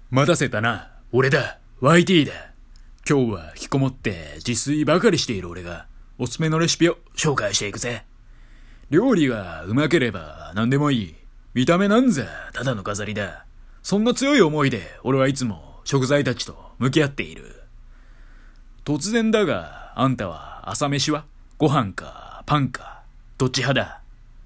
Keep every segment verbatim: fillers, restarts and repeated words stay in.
待たせたな。俺だ。ワイティー だ。今日は引きこもって自炊ばかりしている俺がおすすめのレシピを紹介していくぜ。料理がうまければ何でもいい。見た目なんざただの飾りだ。そんな強い思いで俺はいつも食材たちと向き合っている。突然だが、あんたは朝飯はご飯かパンかどっち派だ？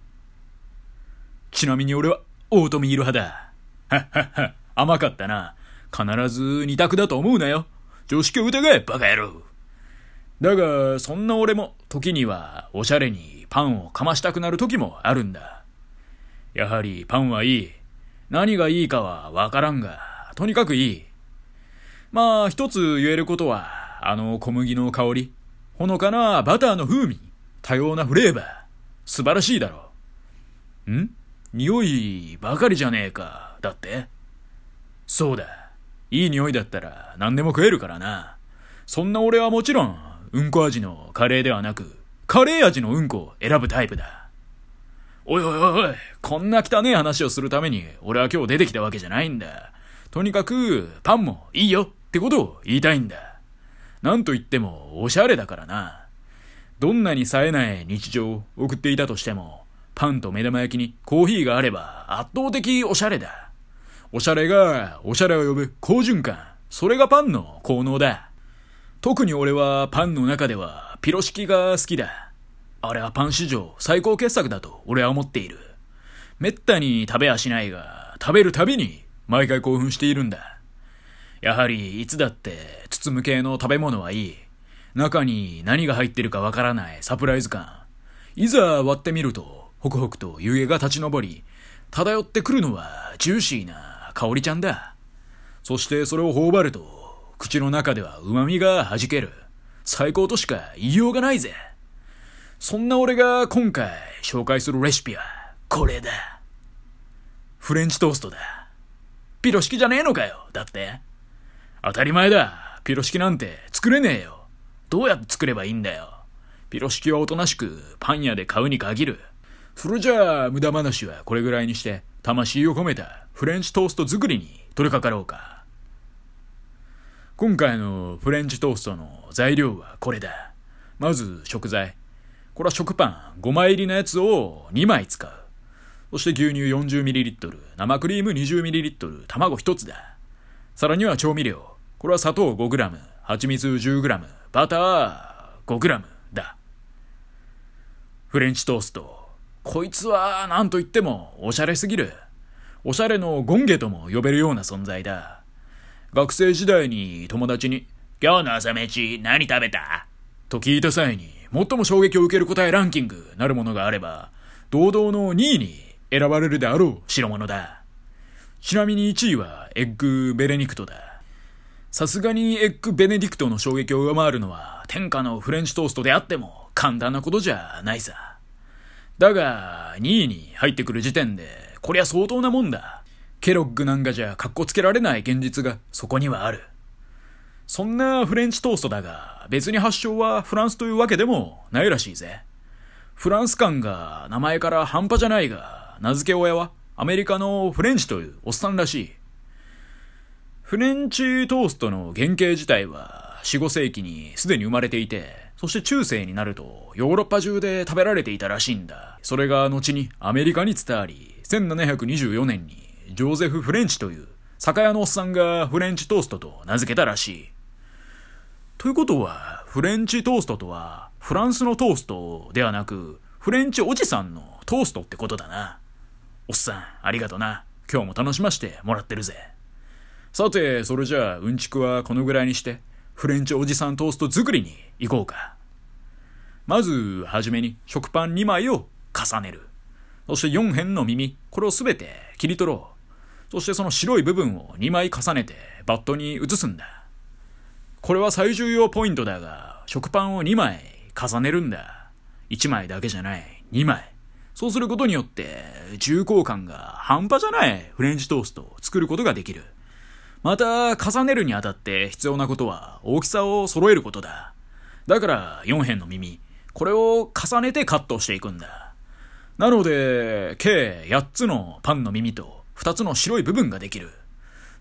ちなみに俺はオートミール派だ。はっはっは、甘かったな。必ず二択だと思うなよ。常識を疑え、バカ野郎。だが、そんな俺も時にはおしゃれにパンをかましたくなる時もあるんだ。やはりパンはいい。何がいいかはわからんが、とにかくいい。まあ、一つ言えることは、あの小麦の香り、ほのかなバターの風味、多様なフレーバー、素晴らしいだろう。ん？匂いばかりじゃねえか、だって？そうだ。いい匂いだったら何でも食えるからな。そんな俺はもちろん、うんこ味のカレーではなく、カレー味のうんこを選ぶタイプだ。おいおいおいおい、こんな汚ねえ話をするために俺は今日出てきたわけじゃないんだ。とにかく、パンもいいよってことを言いたいんだ。なんと言っても、おしゃれだからな。どんなに冴えない日常を送っていたとしても、パンと目玉焼きにコーヒーがあれば圧倒的おしゃれだ。おしゃれがおしゃれを呼ぶ好循環。それがパンの効能だ。特に俺はパンの中ではピロシキが好きだ。あれはパン史上最高傑作だと俺は思っている。めったに食べはしないが、食べるたびに毎回興奮しているんだ。やはりいつだって包む系の食べ物はいい。中に何が入ってるかわからないサプライズ感。いざ割ってみるとホクホクと湯気が立ち上り、漂ってくるのはジューシーな香りちゃんだ。そしてそれを頬張ると口の中では旨味が弾ける。最高としか言いようがないぜ。そんな俺が今回紹介するレシピはこれだ。フレンチトーストだ。ピロシキじゃねえのかよ。だって当たり前だ。ピロシキなんて作れねえよ。どうやって作ればいいんだよ。ピロシキはおとなしくパン屋で買うに限る。それじゃあ無駄話はこれぐらいにして、魂を込めたフレンチトースト作りに取り掛かろうか。今回のフレンチトーストの材料はこれだ。まず食材。これは食パンごまい入りのやつをにまい使う。そして牛乳 よんじゅうミリリットル、生クリーム にじゅうミリリットル、卵ひとつだ。さらには調味料。これは砂糖 ごグラム、蜂蜜 じゅうグラム、バター ごグラム だ。フレンチトースト。こいつは何と言ってもおしゃれすぎる。おしゃれのゴンゲとも呼べるような存在だ。学生時代に友達に今日の朝飯何食べた？と聞いた際に最も衝撃を受ける答えランキングなるものがあれば、堂々のにいに選ばれるであろう代物だ。ちなみにいちいはエッグベネディクトだ。さすがにエッグベネディクトの衝撃を上回るのは天下のフレンチトーストであっても簡単なことじゃないさ。だがにいに入ってくる時点でこりゃ相当なもんだ。ケロッグなんかじゃカッコつけられない現実がそこにはある。そんなフレンチトーストだが、別に発祥はフランスというわけでもないらしいぜ。フランス感が名前から半端じゃないが、名付け親はアメリカのフレンチというおっさんらしい。フレンチトーストの原型自体はよん、ごせいきにすでに生まれていて、そして中世になるとヨーロッパ中で食べられていたらしいんだ。それが後にアメリカに伝わり、せんななひゃくにじゅうよねんにジョーゼフ・フレンチという酒屋のおっさんがフレンチトーストと名付けたらしい。ということは、フレンチトーストとはフランスのトーストではなく、フレンチおじさんのトーストってことだな。おっさん、ありがとな。今日も楽しましてもらってるぜ。さて、それじゃあうんちくはこのぐらいにして、フレンチおじさんトースト作りに行こうか。まずはじめに食パンにまいを重ねる。そしてよんへんの耳、これをすべて切り取ろう。そしてその白い部分をにまい重ねてバットに移すんだ。これは最重要ポイントだが、食パンをにまい重ねるんだ。いちまいだけじゃない、にまい。そうすることによって重厚感が半端じゃないフレンチトーストを作ることができる。また重ねるにあたって必要なことは大きさを揃えることだ。だからよんへんの耳、これを重ねてカットしていくんだ。なので計やっつのパンの耳とふたつの白い部分ができる。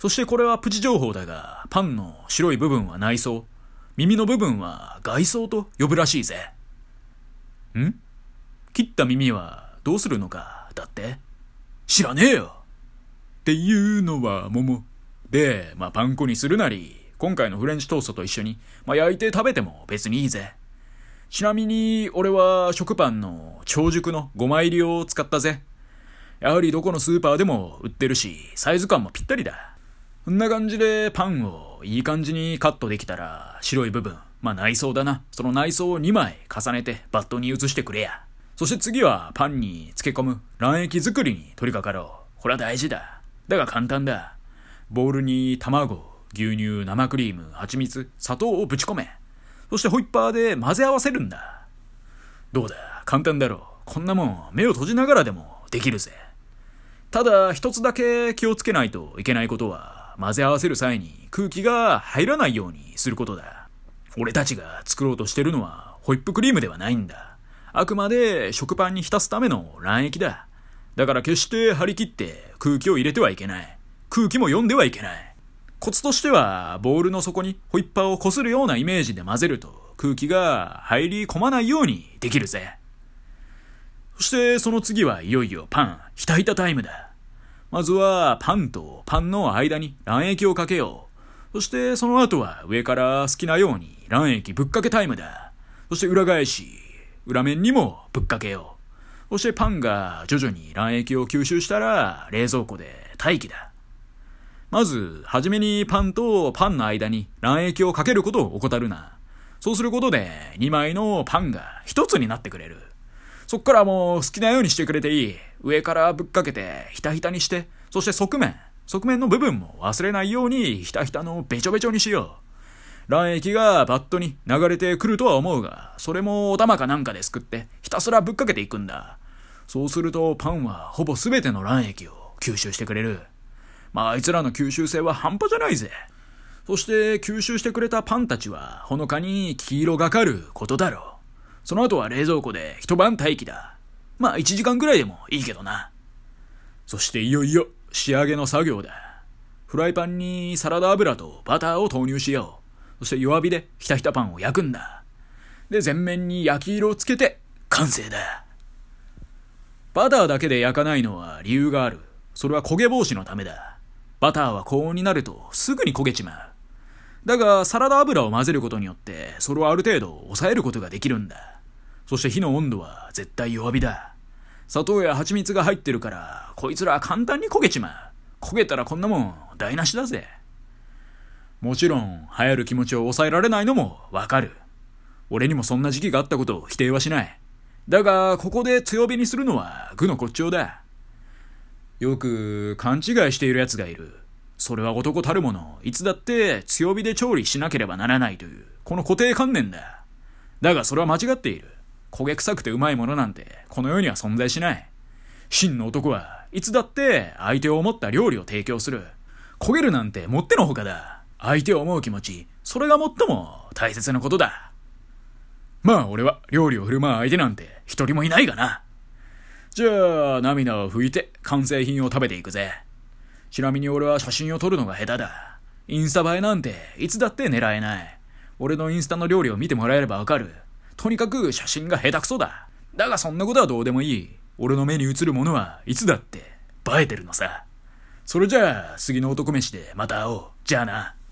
そしてこれはプチ情報だが、パンの白い部分は内装、耳の部分は外装と呼ぶらしいぜ。ん？切った耳はどうするのか、だって？知らねえよっていうのは桃。で、まあパン粉にするなり、今回のフレンチトーストと一緒に、まあ焼いて食べても別にいいぜ。ちなみに、俺は食パンの長熟のごまい入りを使ったぜ。やはりどこのスーパーでも売ってるし、サイズ感もぴったりだ。こんな感じでパンをいい感じにカットできたら、白い部分、まあ内装だな。その内装をにまい重ねてバットに移してくれや。そして次はパンに漬け込む卵液作りに取り掛かろう。これは大事だ。だが簡単だ。ボウルに卵、牛乳、生クリーム、蜂蜜、砂糖をぶち込め。そしてホイッパーで混ぜ合わせるんだ。どうだ、簡単だろう。こんなもん目を閉じながらでもできるぜ。ただ一つだけ気をつけないといけないことは、混ぜ合わせる際に空気が入らないようにすることだ。俺たちが作ろうとしてるのはホイップクリームではないんだ。あくまで食パンに浸すための卵液だ。だから決して張り切って空気を入れてはいけない。空気も読んではいけない。コツとしてはボウルの底にホイッパーをこするようなイメージで混ぜると空気が入り込まないようにできるぜ。そしてその次はいよいよパンひたひたタイムだ。まずはパンとパンの間に卵液をかけよう。そしてその後は上から好きなように卵液ぶっかけタイムだ。そして裏返し、裏面にもぶっかけよう。そしてパンが徐々に卵液を吸収したら冷蔵庫で待機だ。まず、はじめにパンとパンの間に卵液をかけることを怠るな。そうすることでにまいのパンがひとつになってくれる。そっからもう好きなようにしてくれていい。上からぶっかけてひたひたにして、そして側面、側面の部分も忘れないようにひたひたのべちょべちょにしよう。卵液がバットに流れてくるとは思うが、それもお玉かなんかですくってひたすらぶっかけていくんだ。そうするとパンはほぼ全ての卵液を吸収してくれる。まああいつらの吸収性は半端じゃないぜ。そして吸収してくれたパンたちはほのかに黄色がかることだろう。その後は冷蔵庫で一晩待機だ。まあいちじかんくらいでもいいけどな。そしていよいよ仕上げの作業だ。フライパンにサラダ油とバターを投入しよう。そして弱火でひたひたパンを焼くんだ。で全面に焼き色をつけて完成だ。バターだけで焼かないのは理由がある。それは焦げ防止のためだ。バターは高温になるとすぐに焦げちまう。だがサラダ油を混ぜることによってそれをある程度抑えることができるんだ。そして火の温度は絶対弱火だ。砂糖や蜂蜜が入ってるからこいつら簡単に焦げちまう。焦げたらこんなもん台無しだぜ。もちろん流行る気持ちを抑えられないのもわかる。俺にもそんな時期があったことを否定はしない。だがここで強火にするのは愚の骨頂だ。よく勘違いしている奴がいる。それは男たるもの、いつだって強火で調理しなければならないという、この固定観念だ。だがそれは間違っている。焦げ臭くてうまいものなんて、この世には存在しない。真の男はいつだって相手を思った料理を提供する。焦げるなんてもってのほかだ。相手を思う気持ち、それが最も大切なことだ。まあ俺は料理を振る舞う相手なんて一人もいないがな。じゃあ涙を拭いて完成品を食べていくぜ。ちなみに俺は写真を撮るのが下手だ。インスタ映えなんていつだって狙えない。俺のインスタの料理を見てもらえればわかる。とにかく写真が下手くそだ。だがそんなことはどうでもいい。俺の目に映るものはいつだって映えてるのさ。それじゃあ次の男飯でまた会おう。じゃあな。